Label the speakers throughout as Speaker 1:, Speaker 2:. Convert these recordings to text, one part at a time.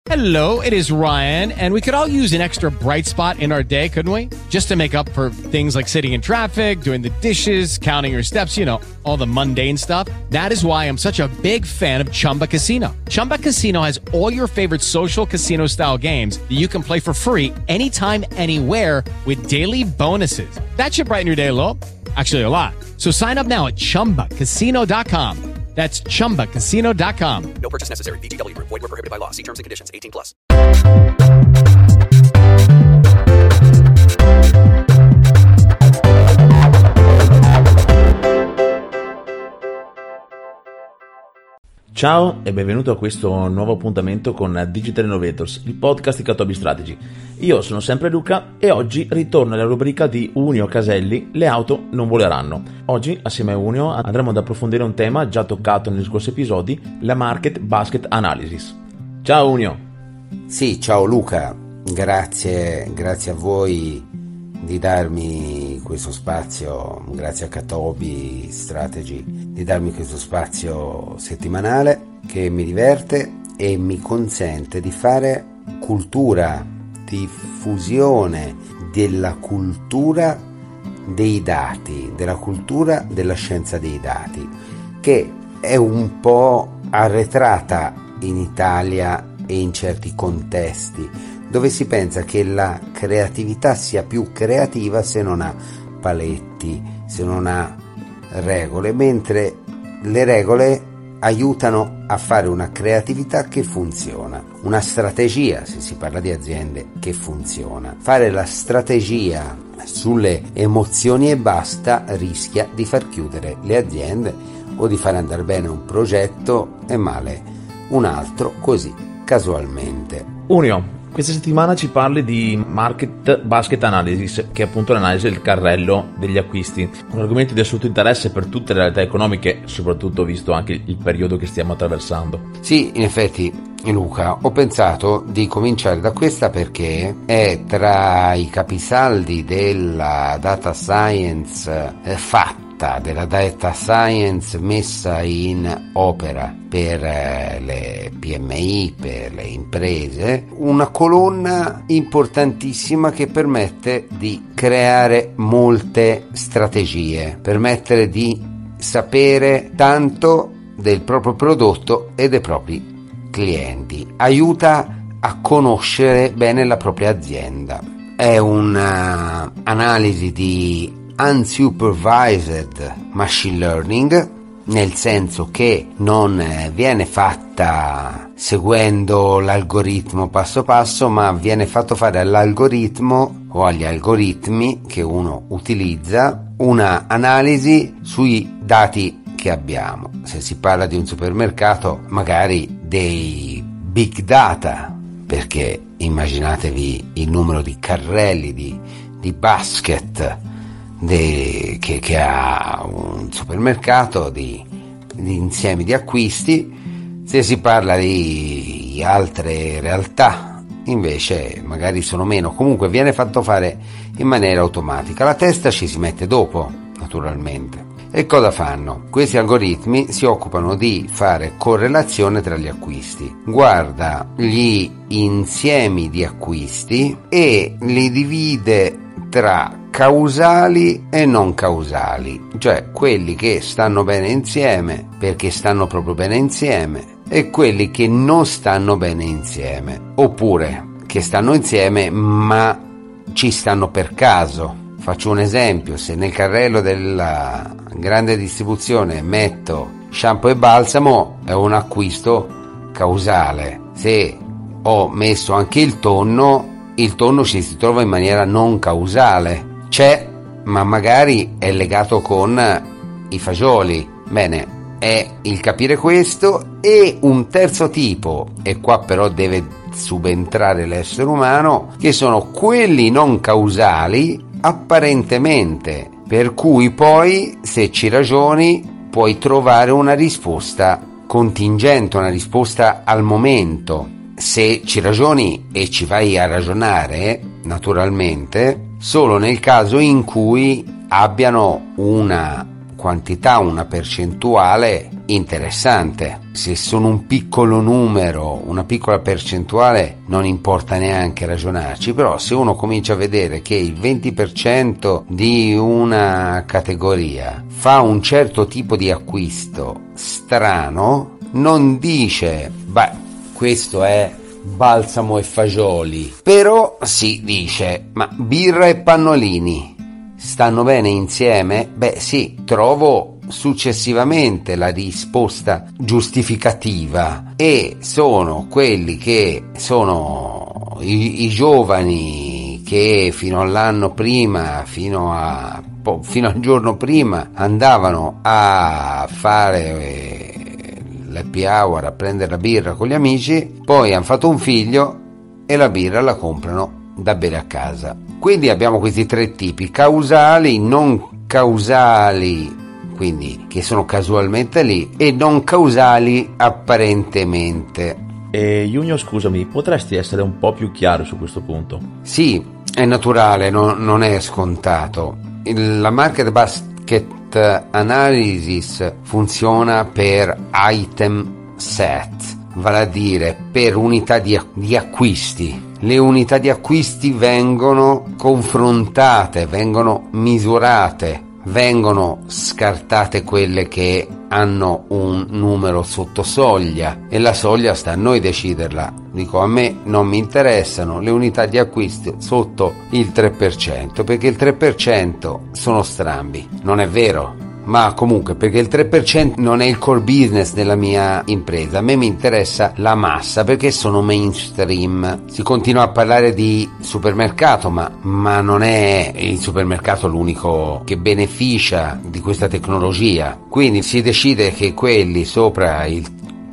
Speaker 1: Hello, it is Ryan, and we could all use an extra bright spot in our day, couldn't we? Just to make up for things like sitting in traffic, doing the dishes, counting your steps, you know, all the mundane stuff. That is why I'm such a big fan of Chumba Casino. Chumba Casino has all your favorite social casino-style games that you can play for free anytime, anywhere with daily bonuses. That should brighten your day a little. Actually, a lot. So sign up now at ChumbaCasino.com. That's ChumbaCasino.com.
Speaker 2: No purchase necessary. VGW Group. Void where prohibited by law. See terms and conditions. 18 plus.
Speaker 3: Ciao e benvenuto a questo nuovo appuntamento con Digital Innovators, il podcast di Catobi Strategy. Io sono sempre Luca e oggi ritorno alla rubrica di Unio Caselli, le auto non voleranno. Oggi assieme a Unio andremo ad approfondire un tema già toccato negli scorsi episodi, la Market Basket Analysis. Ciao Unio!
Speaker 4: Sì, ciao Luca, grazie a voi di darmi questo spazio, grazie a Catobi Strategy di darmi questo spazio settimanale che mi diverte e mi consente di fare cultura, diffusione della cultura dei dati, della cultura della scienza dei dati, che è un po' arretrata in Italia e in certi contesti, dove si pensa che la creatività sia più creativa se non ha paletti, se non ha regole, mentre le regole aiutano a fare una creatività che funziona, una strategia, se si parla di aziende, che funziona. Fare la strategia sulle emozioni e basta rischia di far chiudere le aziende o di far andare bene un progetto e male un altro, così casualmente.
Speaker 3: Unio, questa settimana ci parli di Market Basket Analysis, che è appunto l'analisi del carrello degli acquisti, un argomento di assoluto interesse per tutte le realtà economiche, soprattutto visto anche il periodo che stiamo attraversando.
Speaker 4: Sì, in effetti Luca, ho pensato di cominciare da questa perché è tra i capisaldi della data science della data science messa in opera per le PMI, per le imprese, una colonna importantissima che permette di creare molte strategie, permette di sapere tanto del proprio prodotto e dei propri clienti, aiuta a conoscere bene la propria azienda. È un'analisi di unsupervised machine learning, nel senso che non viene fatta seguendo l'algoritmo passo passo, ma viene fatto fare all'algoritmo o agli algoritmi che uno utilizza una analisi sui dati che abbiamo. Se si parla di un supermercato, magari dei big data, perché immaginatevi il numero di carrelli, di basket che ha un supermercato, di insiemi di acquisti. Se si parla di altre realtà invece magari sono meno, comunque viene fatto fare in maniera automatica. La testa ci si mette dopo, naturalmente. E cosa fanno? Questi algoritmi si occupano di fare correlazione tra gli acquisti, guarda gli insiemi di acquisti e li divide tra causali e non causali, cioè quelli che stanno bene insieme perché stanno proprio bene insieme e quelli che non stanno bene insieme, oppure che stanno insieme ma ci stanno per caso. Faccio un esempio: se nel carrello della grande distribuzione metto shampoo e balsamo è un acquisto causale, se ho messo anche il tonno ci si trova in maniera non causale. C'è, ma magari è legato con i fagioli. Bene, è il capire questo. E un terzo tipo, e qua però deve subentrare l'essere umano, che sono quelli non causali apparentemente, per cui poi se ci ragioni puoi trovare una risposta contingente, una risposta al momento. Se ci ragioni e ci vai a ragionare, naturalmente, solo nel caso in cui abbiano una quantità, una percentuale interessante. Se sono un piccolo numero, una piccola percentuale, non importa neanche ragionarci, però se uno comincia a vedere che il 20% di una categoria fa un certo tipo di acquisto strano, non dice questo è balsamo e fagioli, però si dice ma birra e pannolini stanno bene insieme? Sì, trovo successivamente la risposta giustificativa, e sono quelli che sono i giovani che fino all'anno prima, fino al giorno prima andavano a fare l'happy hour, a prendere la birra con gli amici, poi hanno fatto un figlio e la birra la comprano da bere a casa. Quindi abbiamo questi tre tipi: causali, non causali, quindi che sono casualmente lì, e non causali apparentemente.
Speaker 3: E Junio, scusami, potresti essere un po' più chiaro su questo punto?
Speaker 4: Sì, è naturale, non è scontato. La market basket analysis funziona per item set, vale a dire per unità di acquisti. Le unità di acquisti vengono confrontate, vengono misurate, vengono scartate quelle che hanno un numero sotto soglia, e la soglia sta a noi deciderla. Dico, a me non mi interessano le unità di acquisto sotto il 3%, perché il 3% sono strambi. Non è vero, ma comunque, perché il 3% non è il core business della mia impresa. A me mi interessa la massa, perché sono mainstream. Si continua a parlare di supermercato, ma non è il supermercato l'unico che beneficia di questa tecnologia. Quindi si decide che quelli sopra il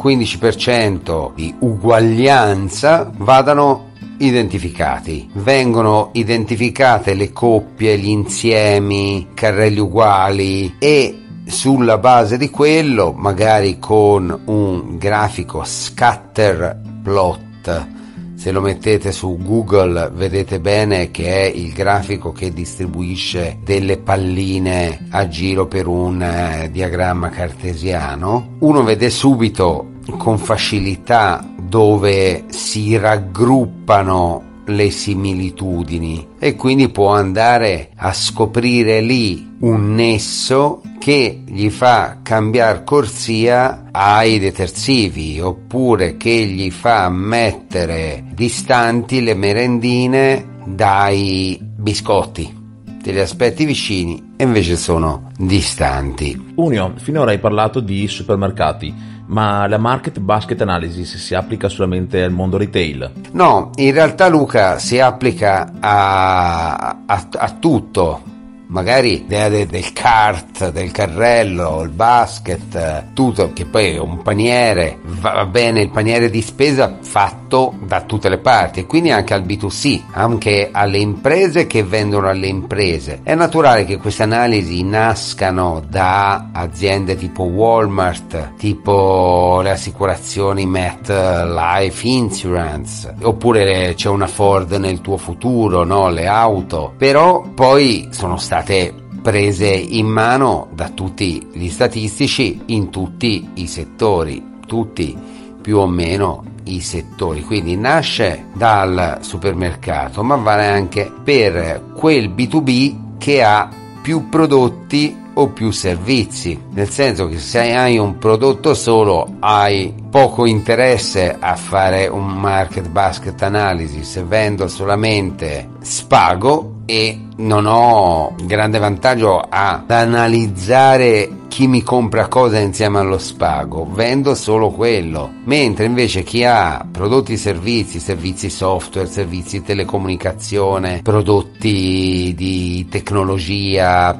Speaker 4: 15% di uguaglianza vadano identificati. Vengono identificate le coppie, gli insiemi, carrelli uguali, e sulla base di quello, magari con un grafico scatter plot, se lo mettete su Google vedete bene che è il grafico che distribuisce delle palline a giro per un diagramma cartesiano, uno vede subito con facilità dove si raggruppano le similitudini, e quindi può andare a scoprire lì un nesso che gli fa cambiare corsia ai detersivi, oppure che gli fa mettere distanti le merendine dai biscotti. Te li aspetti vicini e invece sono distanti.
Speaker 3: Unio, finora hai parlato di supermercati, ma la market basket analysis si applica solamente al mondo retail?
Speaker 4: No, in realtà, Luca, si applica a tutto. Magari del cart, del carrello, il basket, tutto, che poi è un paniere, va bene il paniere di spesa fatto da tutte le parti, e quindi anche al B2C, anche alle imprese che vendono alle imprese. È naturale che queste analisi nascano da aziende tipo Walmart, tipo le assicurazioni MetLife Insurance, oppure c'è una Ford nel tuo futuro, no? Le auto. Però poi sono state prese in mano da tutti gli statistici in tutti i settori, tutti più o meno i settori. Quindi nasce dal supermercato, ma vale anche per quel B2B che ha più prodotti o più servizi, nel senso che se hai un prodotto solo hai poco interesse a fare un market basket analysis. Se vendo solamente spago e non ho grande vantaggio ad analizzare chi mi compra cosa insieme allo spago, vendo solo quello. Mentre invece chi ha prodotti e servizi software, servizi di telecomunicazione, prodotti di tecnologia,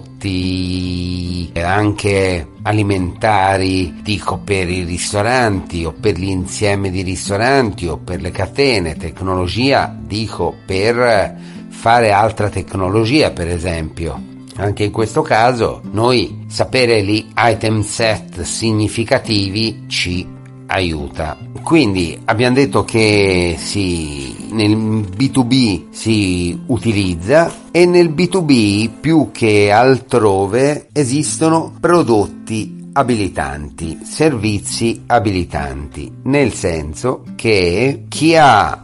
Speaker 4: prodotti anche alimentari, dico per i ristoranti o per gli insiemi di ristoranti o per le catene, tecnologia dico per fare altra tecnologia, per esempio. Anche in questo caso noi sapere gli item set significativi ci aiuta. Quindi abbiamo detto che nel B2B si utilizza, e nel B2B più che altrove esistono prodotti abilitanti, servizi abilitanti, nel senso che chi ha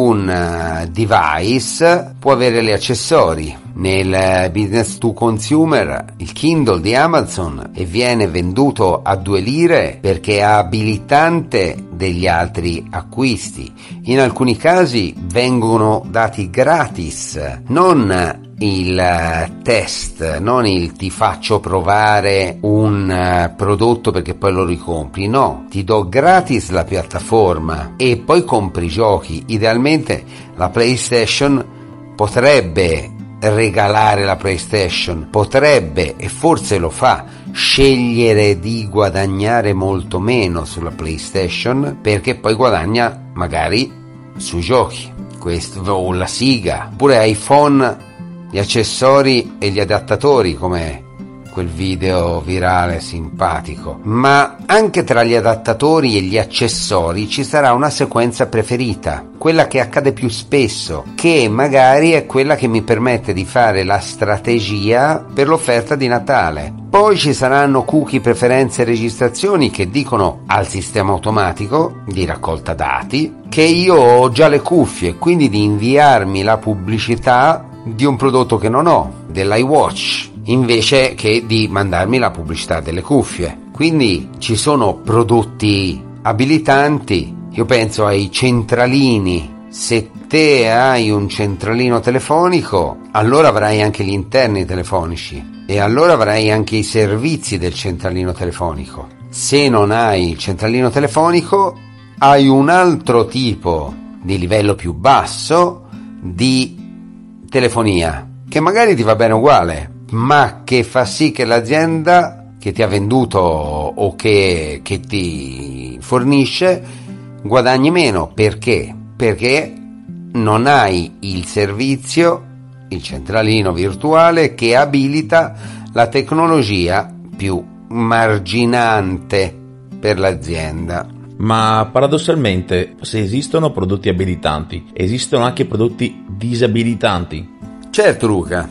Speaker 4: un device può avere gli accessori. Nel business to consumer il Kindle di Amazon e viene venduto a 2 lire perché è abilitante degli altri acquisti. In alcuni casi vengono dati gratis, non il test, non il ti faccio provare un prodotto perché poi lo ricompri, no, ti do gratis la piattaforma e poi compri giochi. Idealmente la PlayStation potrebbe regalare la PlayStation, potrebbe, e forse lo fa, scegliere di guadagnare molto meno sulla PlayStation perché poi guadagna magari sui giochi, questo, o la Siga, oppure iPhone, gli accessori e gli adattatori, come quel video virale simpatico. Ma anche tra gli adattatori e gli accessori ci sarà una sequenza preferita, quella che accade più spesso, che magari è quella che mi permette di fare la strategia per l'offerta di Natale. Poi ci saranno cookie, preferenze e registrazioni che dicono al sistema automatico di raccolta dati che io ho già le cuffie, quindi di inviarmi la pubblicità di un prodotto che non ho, dell'iWatch, invece che di mandarmi la pubblicità delle cuffie. Quindi ci sono prodotti abilitanti. Io penso ai centralini. Se te hai un centralino telefonico, allora avrai anche gli interni telefonici e allora avrai anche i servizi del centralino telefonico. Se non hai il centralino telefonico, hai un altro tipo di livello più basso di telefonia che magari ti va bene uguale, ma che fa sì che l'azienda che ti ha venduto o che ti fornisce guadagni meno. Perché? Perché non hai il servizio, il centralino virtuale che abilita la tecnologia più marginante per l'azienda.
Speaker 3: Ma paradossalmente, se esistono prodotti abilitanti, esistono anche prodotti disabilitanti?
Speaker 4: Certo, Luca,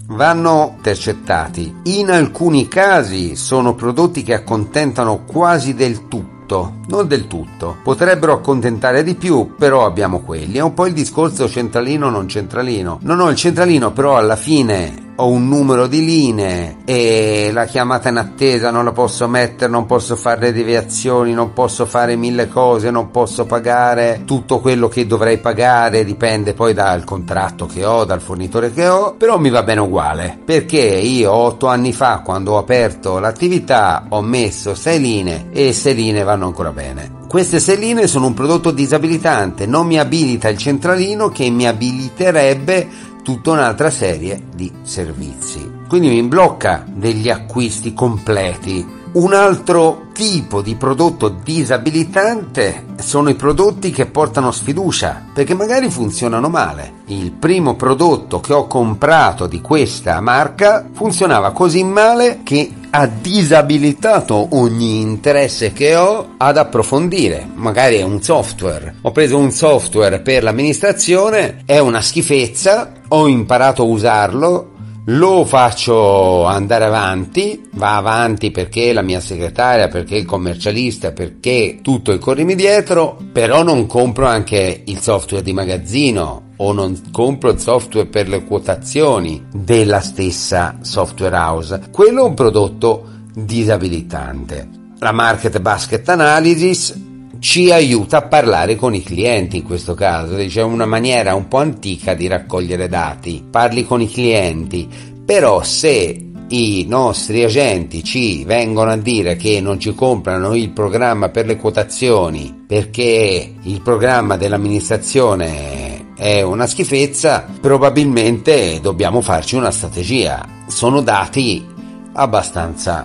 Speaker 4: vanno intercettati. In alcuni casi sono prodotti che accontentano quasi del tutto, non del tutto, potrebbero accontentare di più, però abbiamo quelli. È un po' il discorso centralino non centralino. Non ho il centralino, però alla fine ho un numero di linee e la chiamata in attesa non la posso mettere, non posso fare le deviazioni, non posso fare 1000 cose, non posso pagare tutto quello che dovrei pagare, dipende poi dal contratto che ho, dal fornitore che ho, però mi va bene uguale, perché io 8 anni fa, quando ho aperto l'attività, ho messo 6 linee e 6 linee vanno ancora bene. Queste 6 linee sono un prodotto disabilitante, non mi abilita il centralino che mi abiliterebbe tutta un'altra serie di servizi, quindi mi blocca degli acquisti completi. Un altro tipo di prodotto disabilitante sono i prodotti che portano sfiducia, perché magari funzionano male. Il primo prodotto che ho comprato di questa marca funzionava così male che ha disabilitato ogni interesse che ho ad approfondire. Magari è un software, ho preso un software per l'amministrazione, è una schifezza, ho imparato a usarlo, lo faccio andare avanti, va avanti perché la mia segretaria, perché il commercialista, perché tutto il corrimi dietro, però non compro anche il software di magazzino o non compro il software per le quotazioni della stessa software house. Quello è un prodotto disabilitante. La Market Basket Analysis ci aiuta a parlare con i clienti in questo caso, c'è una maniera un po' antica di raccogliere dati, parli con i clienti, però se i nostri agenti ci vengono a dire che non ci comprano il programma per le quotazioni perché il programma dell'amministrazione è una schifezza, probabilmente dobbiamo farci una strategia. Sono dati abbastanza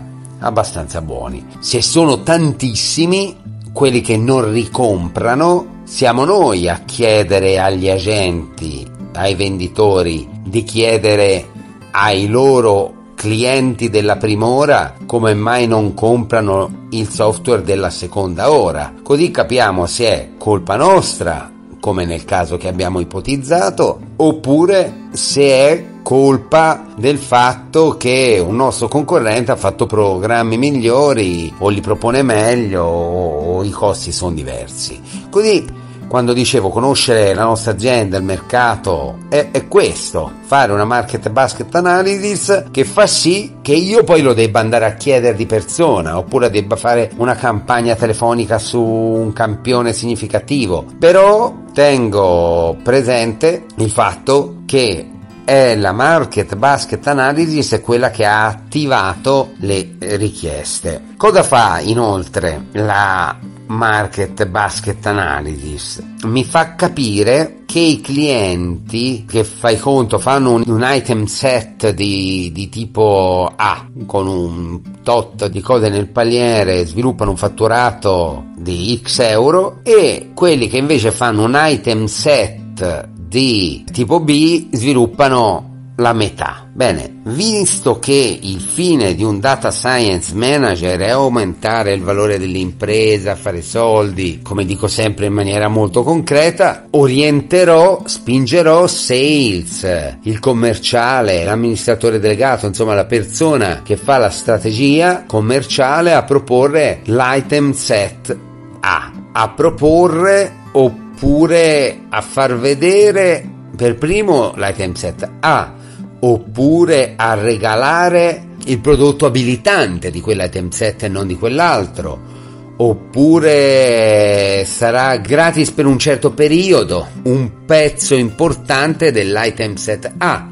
Speaker 4: buoni. Se sono tantissimi quelli che non ricomprano, siamo noi a chiedere agli agenti, ai venditori, di chiedere ai loro clienti della prima ora come mai non comprano il software della seconda ora. Così capiamo se è colpa nostra, come nel caso che abbiamo ipotizzato, oppure se è colpa del fatto che un nostro concorrente ha fatto programmi migliori o li propone meglio o i costi sono diversi. Così, quando dicevo conoscere la nostra azienda, il mercato, è questo, fare una market basket analysis che fa sì che io poi lo debba andare a chiedere di persona, oppure debba fare una campagna telefonica su un campione significativo. Però tengo presente il fatto che è la market basket analysis è quella che ha attivato le richieste. Cosa fa inoltre la market basket analysis? Mi fa capire che i clienti, che fai conto fanno un item set di tipo A con un tot di cose nel paniere, sviluppano un fatturato di X euro, e quelli che invece fanno un item set di tipo B sviluppano la metà. Bene, visto che il fine di un data science manager è aumentare il valore dell'impresa, fare soldi, come dico sempre in maniera molto concreta, spingerò sales, il commerciale, l'amministratore delegato, insomma la persona che fa la strategia commerciale a proporre l'item set a proporre oppure a far vedere per primo l'item set A, oppure a regalare il prodotto abilitante di quell'item set e non di quell'altro, oppure sarà gratis per un certo periodo un pezzo importante dell'item set A.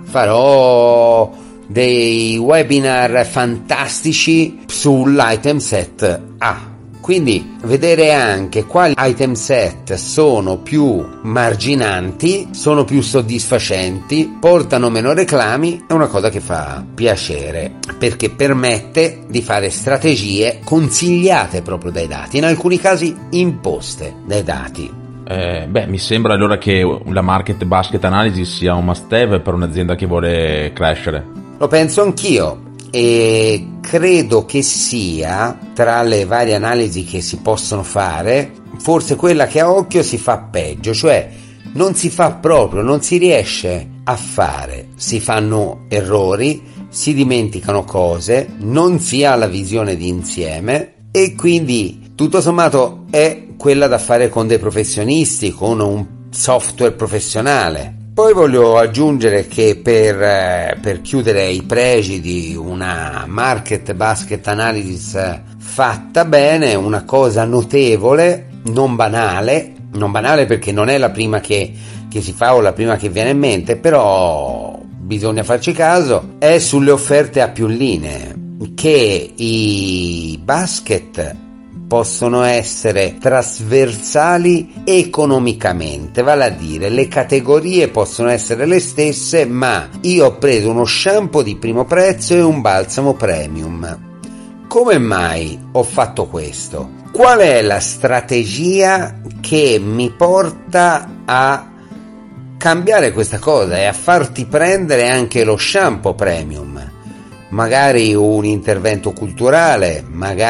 Speaker 4: Farò dei webinar fantastici sull'item set A. Quindi vedere anche quali item set sono più marginanti, sono più soddisfacenti, portano meno reclami, è una cosa che fa piacere, perché permette di fare strategie consigliate proprio dai dati, in alcuni casi imposte dai dati.
Speaker 3: Mi sembra allora che la market basket analysis sia un must have per un'azienda che vuole crescere.
Speaker 4: Lo penso anch'io. E credo che sia, tra le varie analisi che si possono fare, forse quella che a occhio si fa peggio, cioè non si fa proprio, non si riesce a fare, si fanno errori, si dimenticano cose, non si ha la visione di insieme, e quindi tutto sommato è quella da fare con dei professionisti, con un software professionale. Poi voglio aggiungere che per chiudere i pregi di una market basket analysis fatta bene, una cosa notevole, non banale perché non è la prima che si fa o la prima che viene in mente, però bisogna farci caso, è sulle offerte a più linee, che i basket possono essere trasversali economicamente, vale a dire le categorie possono essere le stesse, ma io ho preso uno shampoo di primo prezzo e un balsamo premium. Come mai ho fatto questo? Qual è la strategia che mi porta a cambiare questa cosa e a farti prendere anche lo shampoo premium? Magari un intervento culturale,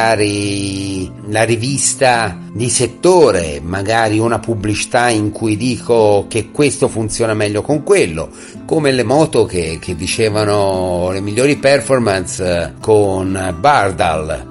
Speaker 4: magari la rivista di settore, magari una pubblicità in cui dico che questo funziona meglio con quello, come le moto che dicevano le migliori performance con Bardal,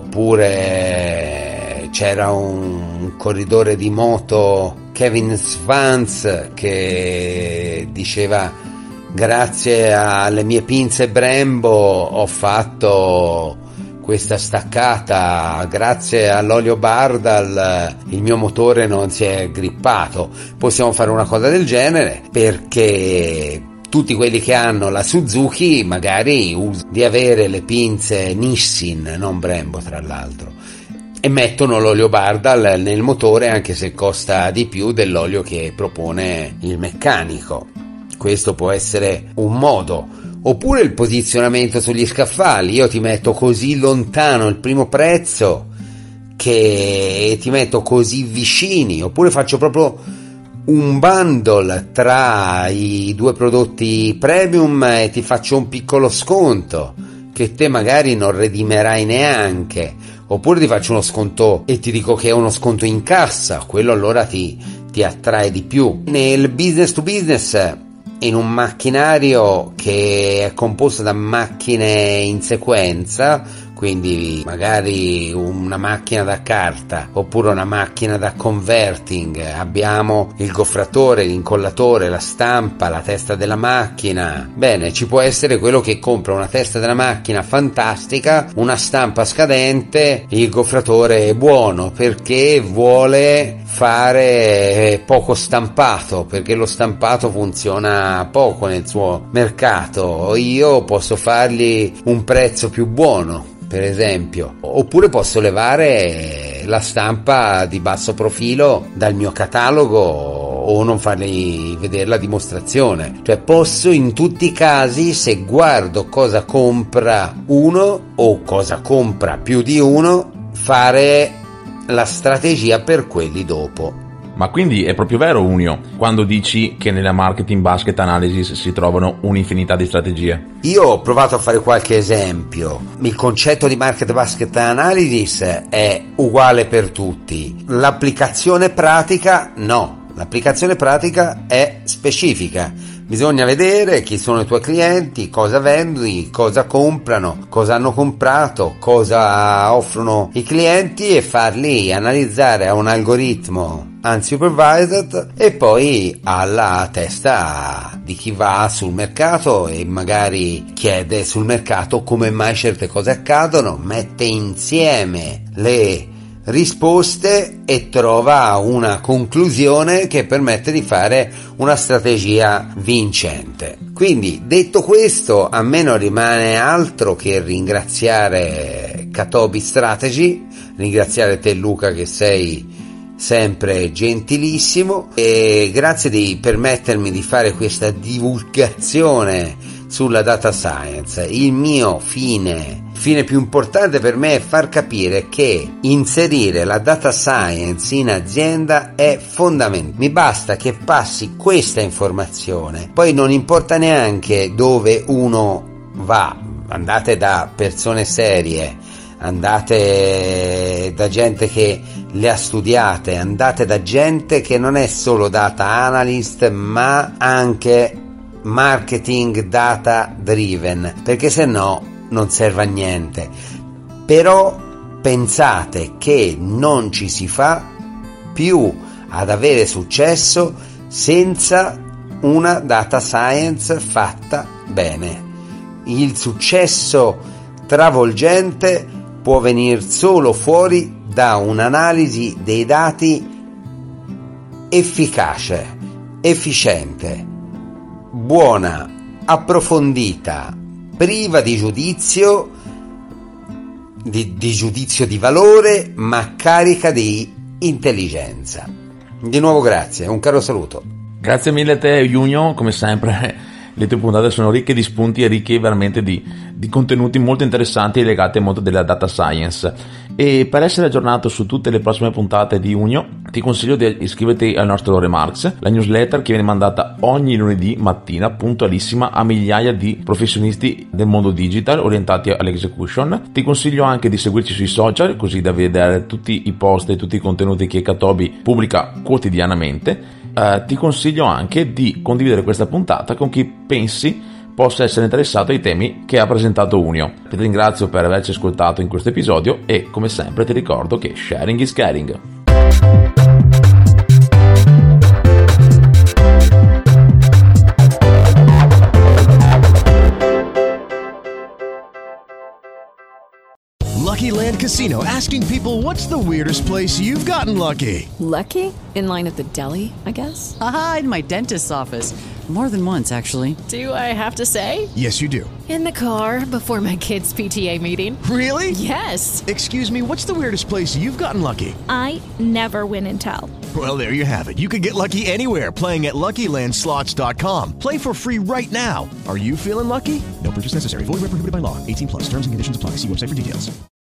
Speaker 4: oppure c'era un corridore di moto, Kevin Svans, che diceva: grazie alle mie pinze Brembo ho fatto questa staccata, grazie all'olio Bardal il mio motore non si è grippato. Possiamo fare una cosa del genere, perché tutti quelli che hanno la Suzuki magari usano di avere le pinze Nissin, non Brembo tra l'altro, e mettono l'olio Bardal nel motore, anche se costa di più dell'olio che propone il meccanico. Questo può essere un modo. Oppure il posizionamento sugli scaffali: io ti metto così lontano il primo prezzo che ti metto così vicini, oppure faccio proprio un bundle tra i due prodotti premium e ti faccio un piccolo sconto che te magari non redimerai neanche, oppure ti faccio uno sconto e ti dico che è uno sconto in cassa, quello allora ti attrae di più. Nel business to business in un macchinario che è composto da macchine in sequenza, quindi magari una macchina da carta oppure una macchina da converting, abbiamo il goffratore, l'incollatore, la stampa, la testa della macchina. Bene, ci può essere quello che compra una testa della macchina fantastica, una stampa scadente, il goffratore è buono perché vuole fare poco stampato, perché lo stampato funziona poco nel suo mercato. Io posso fargli un prezzo più buono, per esempio, oppure posso levare la stampa di basso profilo dal mio catalogo o non fargli vedere la dimostrazione. Cioè posso in tutti i casi, se guardo cosa compra uno o cosa compra più di uno, fare la strategia per quelli dopo.
Speaker 3: Ma quindi è proprio vero, Unio, quando dici che nella marketing basket analysis si trovano un'infinità di strategie?
Speaker 4: Io ho provato a fare qualche esempio. Il concetto di market basket analysis è uguale per tutti. L'applicazione pratica no. L'applicazione pratica è specifica. Bisogna vedere chi sono i tuoi clienti, cosa vendi, cosa comprano, cosa hanno comprato, cosa offrono i clienti e farli analizzare a un algoritmo unsupervised e poi alla testa di chi va sul mercato e magari chiede sul mercato come mai certe cose accadono, mette insieme le risposte e trova una conclusione che permette di fare una strategia vincente. Quindi, detto questo, a me non rimane altro che ringraziare Katobi Strategy, ringraziare te Luca che sei sempre gentilissimo, e grazie di permettermi di fare questa divulgazione sulla data science. Il mio fine più importante per me è far capire che inserire la data science in azienda è fondamentale. Mi basta che passi questa informazione, poi non importa neanche dove uno va, andate da persone serie, andate da gente che le ha studiate, andate da gente che non è solo data analyst ma anche marketing data driven, perché se no non serve a niente. Però pensate che non ci si fa più ad avere successo senza una data science fatta bene. Il successo travolgente può venire solo fuori da un'analisi dei dati efficace, efficiente, buona, approfondita, priva di giudizio, di giudizio di valore, ma carica di intelligenza. Di nuovo grazie, un caro saluto.
Speaker 3: Grazie mille a te, Junio, come sempre. Le tue puntate sono ricche di spunti e ricche veramente di contenuti molto interessanti legati al mondo della data science. E per essere aggiornato su tutte le prossime puntate di Unio, ti consiglio di iscriverti al nostro Remarks, la newsletter che viene mandata ogni lunedì mattina puntualissima a migliaia di professionisti del mondo digital orientati all'execution. Ti consiglio anche di seguirci sui social, così da vedere tutti i post e tutti i contenuti che Katobi pubblica quotidianamente. Ti consiglio anche di condividere questa puntata con chi pensi possa essere interessato ai temi che ha presentato Unio. Ti ringrazio per averci ascoltato in questo episodio e come sempre ti ricordo che sharing is caring.
Speaker 5: Lucky Land Casino, asking people, what's the weirdest place you've gotten lucky?
Speaker 6: Lucky? In line at the deli, I guess?
Speaker 7: Aha, in my dentist's office. More than once, actually.
Speaker 6: Do I have to say?
Speaker 5: Yes, you do.
Speaker 6: In the car before my kids' PTA meeting.
Speaker 5: Really?
Speaker 6: Yes.
Speaker 5: Excuse me, what's the weirdest place you've gotten lucky?
Speaker 8: I never win and tell.
Speaker 5: Well, there you have it. You can get lucky anywhere, playing at LuckyLandSlots.com. Play for free right now. Are you feeling lucky? No purchase necessary. Void where prohibited by law. 18+. Terms and conditions apply. See website for details.